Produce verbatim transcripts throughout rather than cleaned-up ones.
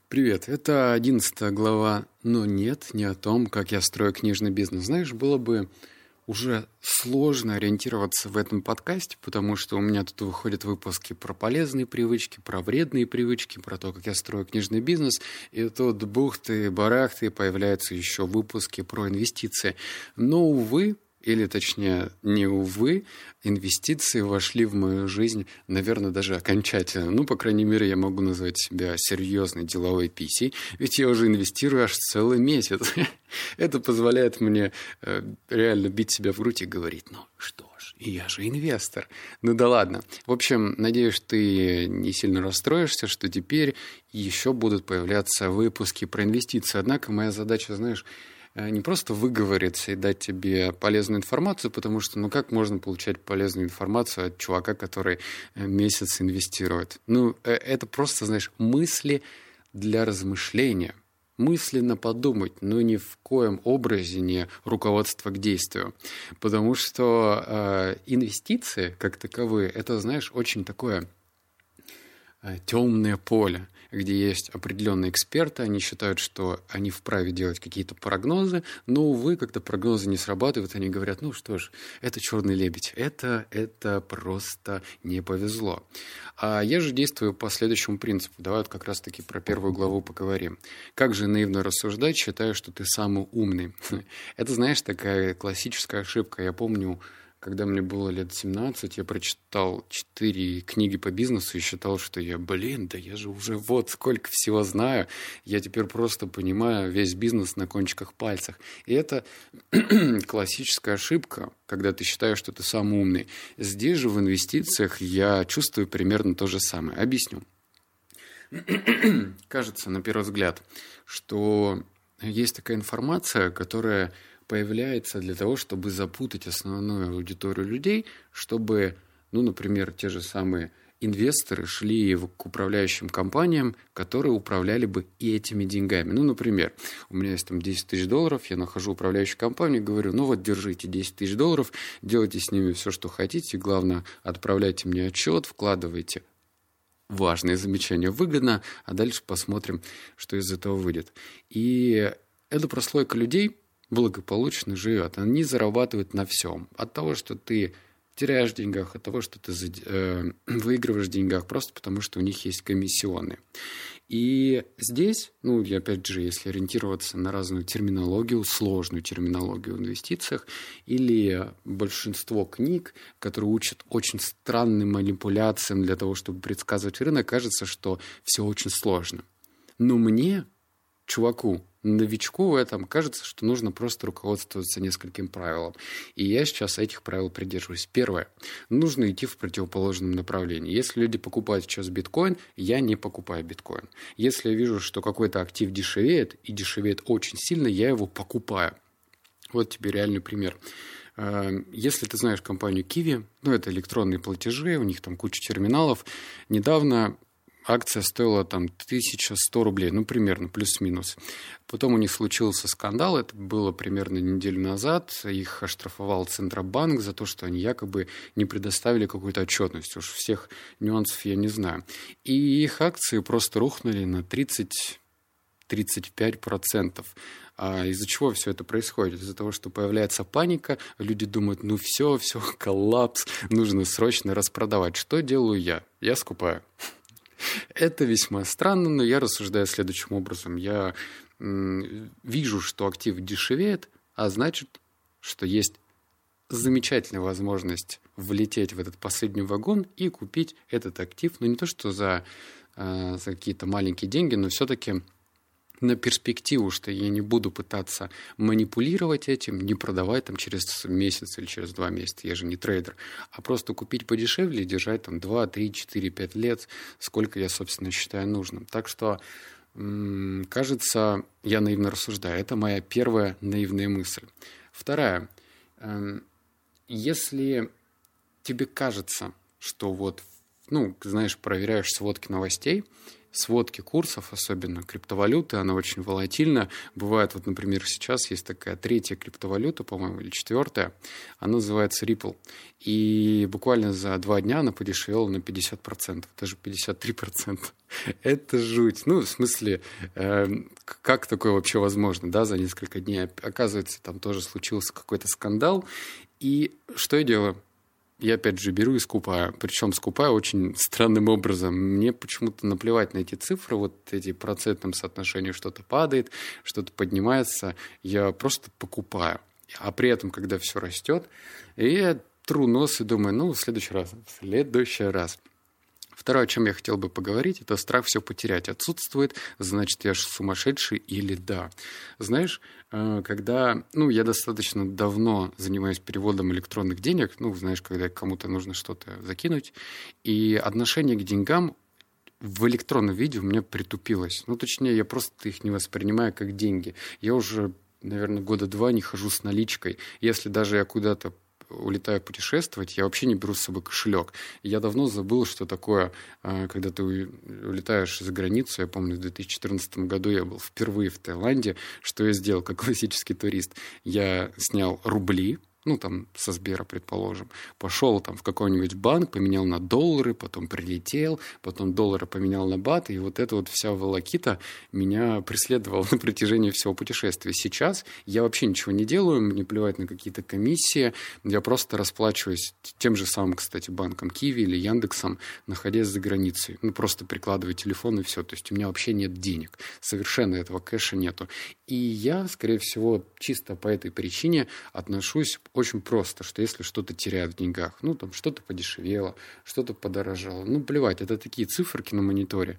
Привет, это одиннадцатая глава, но нет, не о том, как я строю книжный бизнес. Знаешь, было бы уже сложно ориентироваться в этом подкасте, потому что у меня тут выходят выпуски про полезные привычки, про вредные привычки, про то, как я строю книжный бизнес, и тут бухты-барахты появляются еще выпуски про инвестиции. Но, увы, или точнее, не увы, инвестиции вошли в мою жизнь, наверное, даже окончательно. Ну, по крайней мере, я могу назвать себя серьезной деловой писей, ведь я уже инвестирую аж целый месяц. Это позволяет мне э, реально бить себя в грудь и говорить, ну что ж, я же инвестор. Ну да ладно. В общем, надеюсь, ты не сильно расстроишься, что теперь еще будут появляться выпуски про инвестиции. Однако моя задача, знаешь, не просто выговориться и дать тебе полезную информацию, потому что, ну, как можно получать полезную информацию от чувака, который месяц инвестирует? Ну, это просто, знаешь, мысли для размышления. Мысленно подумать, но ни в коем образе не руководство к действию. Потому что э, инвестиции, как таковые, это, знаешь, очень такое темное поле, где есть определенные эксперты, они считают, что они вправе делать какие-то прогнозы, но, увы, когда прогнозы не срабатывают, они говорят, ну что ж, это черный лебедь, это, это просто не повезло. А я же действую по следующему принципу. Давай вот как раз-таки про первую главу поговорим. Как же наивно рассуждать, считая, что ты самый умный? Это, знаешь, такая классическая ошибка. Я помню, когда мне было лет семнадцать, я прочитал четыре книги по бизнесу и считал, что я, блин, да я же уже вот сколько всего знаю. Я теперь просто понимаю весь бизнес на кончиках пальцев. И это классическая ошибка, когда ты считаешь, что ты самый умный. Здесь же в инвестициях я чувствую примерно то же самое. Объясню. Кажется, на первый взгляд, что есть такая информация, которая появляется для того, чтобы запутать основную аудиторию людей, чтобы, ну, например, те же самые инвесторы шли к управляющим компаниям, которые управляли бы и этими деньгами. Ну, например, у меня есть там десять тысяч долларов, я нахожу управляющую компанию, говорю, ну вот, держите десять тысяч долларов, делайте с ними все, что хотите, главное, отправляйте мне отчет, вкладывайте важные замечания выгодно, а дальше посмотрим, что из этого выйдет. И эта прослойка людей благополучно живет. Они зарабатывают на всем. От того, что ты теряешь в деньгах, от того, что ты э, выигрываешь в деньгах, просто потому что у них есть комиссионные. И здесь, ну, и опять же, если ориентироваться на разную терминологию, сложную терминологию в инвестициях, или большинство книг, которые учат очень странным манипуляциям для того, чтобы предсказывать рынок, кажется, что все очень сложно. Но мне, чуваку, новичку в этом кажется, что нужно просто руководствоваться нескольким правилам. И я сейчас этих правил придерживаюсь. Первое. Нужно идти в противоположном направлении. Если люди покупают сейчас биткоин, я не покупаю биткоин. Если я вижу, что какой-то актив дешевеет, и дешевеет очень сильно, я его покупаю. Вот тебе реальный пример. Если ты знаешь компанию Kiwi, ну, это электронные платежи, у них там куча терминалов. Недавно акция стоила там тысяча сто рублей, ну, примерно, плюс-минус. Потом у них случился скандал, это было примерно неделю назад. Их оштрафовал Центробанк за то, что они якобы не предоставили какую-то отчетность. Уж всех нюансов я не знаю. И их акции просто рухнули на тридцать-тридцать пять процентов. А из-за чего все это происходит? Из-за того, что появляется паника, люди думают, ну все, все, коллапс, нужно срочно распродавать. Что делаю я? Я скупаю. Это весьма странно, но я рассуждаю следующим образом. Я м, вижу, что актив дешевеет, а значит, что есть замечательная возможность влететь в этот последний вагон и купить этот актив. Ну, не то, что за, э, за какие-то маленькие деньги, но все-таки на перспективу, что я не буду пытаться манипулировать этим, не продавать там через месяц или через два месяца, я же не трейдер, а просто купить подешевле и держать там два, три, четыре, пять лет, сколько я, собственно, считаю нужным. Так что, м- кажется, я наивно рассуждаю. Это моя первая наивная мысль. Вторая. Эм, если тебе кажется, что вот, ну, знаешь, проверяешь сводки новостей, сводки курсов, особенно криптовалюты, она очень волатильна. Бывает, вот, например, сейчас есть такая третья криптовалюта, по-моему, или четвертая, она называется Ripple. И буквально за два дня она подешевела на пятьдесят процентов, даже пятьдесят три процента. Это жуть. Ну, в смысле, э, как такое вообще возможно, да, за несколько дней? Оказывается, там тоже случился какой-то скандал. И что я делаю? Я, опять же, беру и скупаю. Причем скупаю очень странным образом. Мне почему-то наплевать на эти цифры, вот эти процентном соотношении что-то падает, что-то поднимается. Я просто покупаю. А при этом, когда все растет, я тру нос и думаю, ну, в следующий раз, в следующий раз. Второе, о чем я хотел бы поговорить, это страх все потерять. Отсутствует, значит, я же сумасшедший или да. Знаешь, когда, ну, я достаточно давно занимаюсь переводом электронных денег, ну, знаешь, когда кому-то нужно что-то закинуть, и отношение к деньгам в электронном виде у меня притупилось. Ну, точнее, я просто их не воспринимаю как деньги. Я уже, наверное, года два не хожу с наличкой. Если даже я куда-то улетаю путешествовать, я вообще не беру с собой кошелек. Я давно забыл, что такое, когда ты улетаешь за границу. Я помню, в две тысячи четырнадцатом году я был впервые в Таиланде. Что я сделал как классический турист? Я снял рубли, ну, там, со Сбера, предположим, пошел там в какой-нибудь банк, поменял на доллары, потом прилетел, потом доллары поменял на баты, и вот эта вот вся волокита меня преследовала на протяжении всего путешествия. Сейчас я вообще ничего не делаю, мне плевать на какие-то комиссии, я просто расплачиваюсь тем же самым, кстати, банком Киви или Яндексом, находясь за границей. Ну, просто прикладываю телефон и все. То есть у меня вообще нет денег, совершенно этого кэша нету. И я, скорее всего, чисто по этой причине отношусь очень просто, что если что-то теряют в деньгах, ну, там что-то подешевело, что-то подорожало, ну, плевать, это такие циферки на мониторе,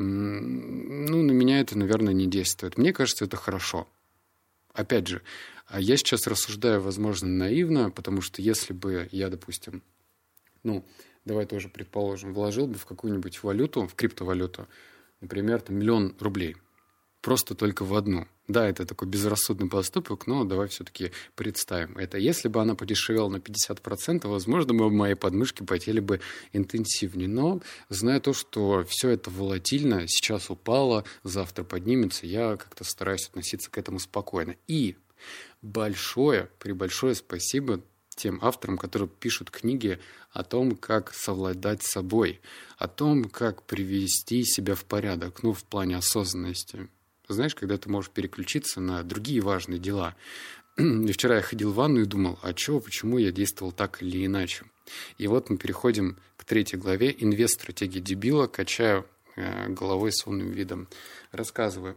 ну, на меня это, наверное, не действует. Мне кажется, это хорошо. Опять же, я сейчас рассуждаю, возможно, наивно, потому что если бы я, допустим, ну, давай тоже предположим, вложил бы в какую-нибудь валюту, в криптовалюту, например, там, миллион рублей, просто только в одну. Да, это такой безрассудный поступок, но давай все-таки представим. Это если бы она подешевела на пятьдесят процентов, возможно, бы мои подмышки потели бы интенсивнее. Но, зная то, что все это волатильно, сейчас упало, завтра поднимется, я как-то стараюсь относиться к этому спокойно. И большое, пребольшое спасибо тем авторам, которые пишут книги о том, как совладать с собой, о том, как привести себя в порядок, ну, в плане осознанности. Знаешь, когда ты можешь переключиться на другие важные дела. И вчера я ходил в ванну и думал, а чего, почему я действовал так или иначе. И вот мы переходим к третьей главе. Инвест-стратегия дебила. Качаю э, головой с умным видом. Рассказываю.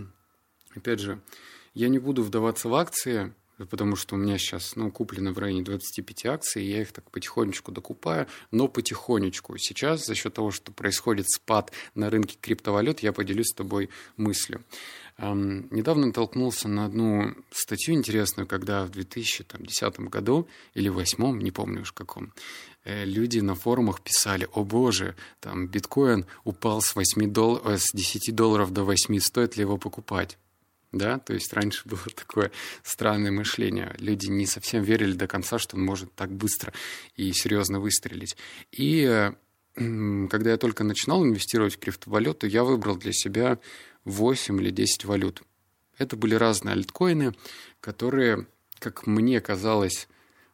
Опять же, я не буду вдаваться в акции, потому что у меня сейчас, ну, куплено в районе двадцать пять акций, и я их так потихонечку докупаю, но потихонечку. Сейчас за счет того, что происходит спад на рынке криптовалют, я поделюсь с тобой мыслью. Эм, недавно натолкнулся на одну статью интересную, когда в две тысячи десятом году, или в две тысячи восьмом, не помню уж каком, э, люди на форумах писали, о боже, там биткоин упал с, восьми дол... э, с десяти долларов до восьми, стоит ли его покупать? Да, то есть раньше было такое странное мышление. Люди не совсем верили до конца, что он может так быстро и серьезно выстрелить. И э, когда я только начинал инвестировать в криптовалюту, я выбрал для себя восемь или десять валют. Это были разные альткоины, которые, как мне казалось,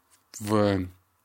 в...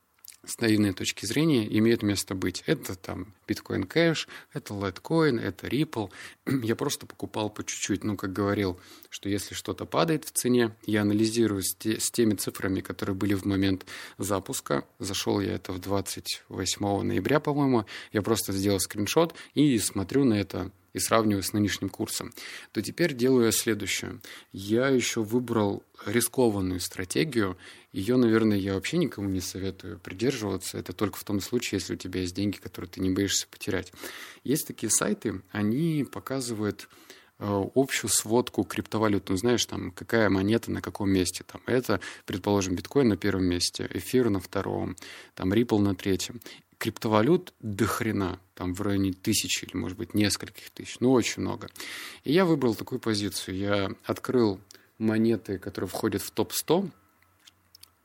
с наивной точки зрения имеют место быть. Это там Bitcoin Cash, это Litecoin, это Ripple. Я просто покупал по чуть-чуть. Ну, как говорил, что если что-то падает в цене, я анализирую с, те, с теми цифрами, которые были в момент запуска. Зашел я это в двадцать восьмого ноября, по-моему. Я просто сделал скриншот и смотрю на это и сравниваю с нынешним курсом, то теперь делаю я следующее. Я еще выбрал рискованную стратегию. Ее, наверное, я вообще никому не советую придерживаться. Это только в том случае, если у тебя есть деньги, которые ты не боишься потерять. Есть такие сайты, они показывают э, общую сводку криптовалют. Ну, знаешь, там, какая монета на каком месте. Там, это, предположим, биткоин на первом месте, эфир на втором, там, Ripple на третьем. Криптовалют до хрена, там в районе тысячи или, может быть, нескольких тысяч, ну, очень много. И я выбрал такую позицию. Я открыл монеты, которые входят в топ сто,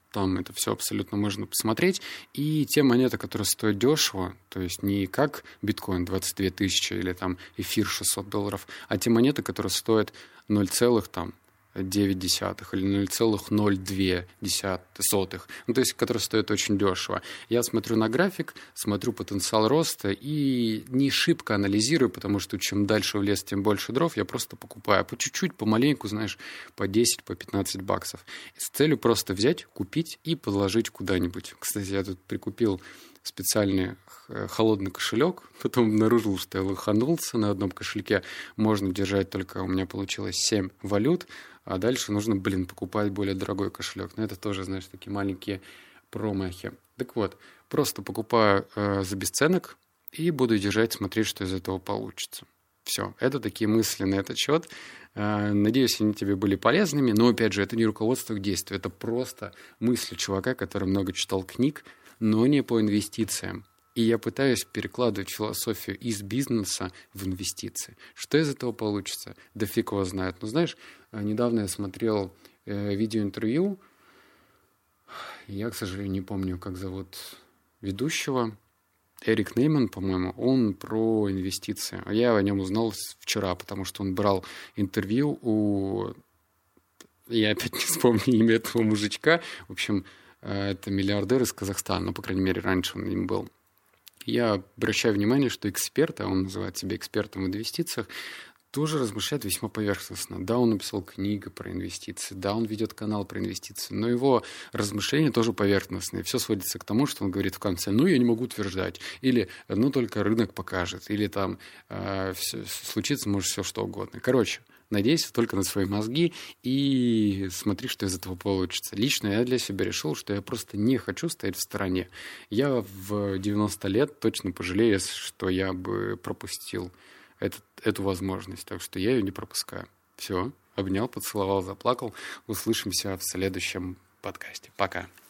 там это все абсолютно можно посмотреть. И те монеты, которые стоят дешево, то есть не как биткоин двадцать две тысячи или там эфир шестьсот долларов, а те монеты, которые стоят ноль целых девять десятых или ноль целых ноль две сотых, ну, то есть, которые стоят очень дешево. Я смотрю на график, смотрю потенциал роста и не шибко анализирую, потому что чем дальше в лес, тем больше дров. Я просто покупаю по чуть-чуть, помаленьку, знаешь, по десять, по пятнадцать баксов. С целью просто взять, купить и подложить куда-нибудь. Кстати, я тут прикупил специальный холодный кошелек, потом обнаружил, что я лоханулся на одном кошельке. Можно держать только, у меня получилось семь валют, а дальше нужно, блин, покупать более дорогой кошелек. Но это тоже, знаешь, такие маленькие промахи. Так вот, просто покупаю э, за бесценок и буду держать, смотреть, что из этого получится. Все, это такие мысли на этот счет. Э, надеюсь, они тебе были полезными, но, опять же, это не руководство к действию, это просто мысли чувака, который много читал книг, но не по инвестициям. И я пытаюсь перекладывать философию из бизнеса в инвестиции. Что из этого получится? Да фиг его знает. Но знаешь, недавно я смотрел э, видеоинтервью, я, к сожалению, не помню, как зовут ведущего, Эрик Нейман, по-моему, он про инвестиции. А я о нем узнал вчера, потому что он брал интервью у... Я опять не вспомню имя этого мужичка. В общем, это миллиардер из Казахстана, ну, по крайней мере, раньше он им был. Я обращаю внимание, что эксперт, а он называет себя экспертом в инвестициях, тоже размышляет весьма поверхностно. Да, он написал книгу про инвестиции, да, он ведет канал про инвестиции, но его размышления тоже поверхностные. Все сводится к тому, что он говорит в конце: ну, я не могу утверждать, или ну, только рынок покажет, или там э, все, случится может все что угодно. Короче, надейся только на свои мозги и смотри, что из этого получится. Лично я для себя решил, что я просто не хочу стоять в стороне. Я в девяносто лет точно пожалею, что я бы пропустил этот, эту возможность. Так что я ее не пропускаю. Все, обнял, поцеловал, заплакал. Услышимся в следующем подкасте. Пока.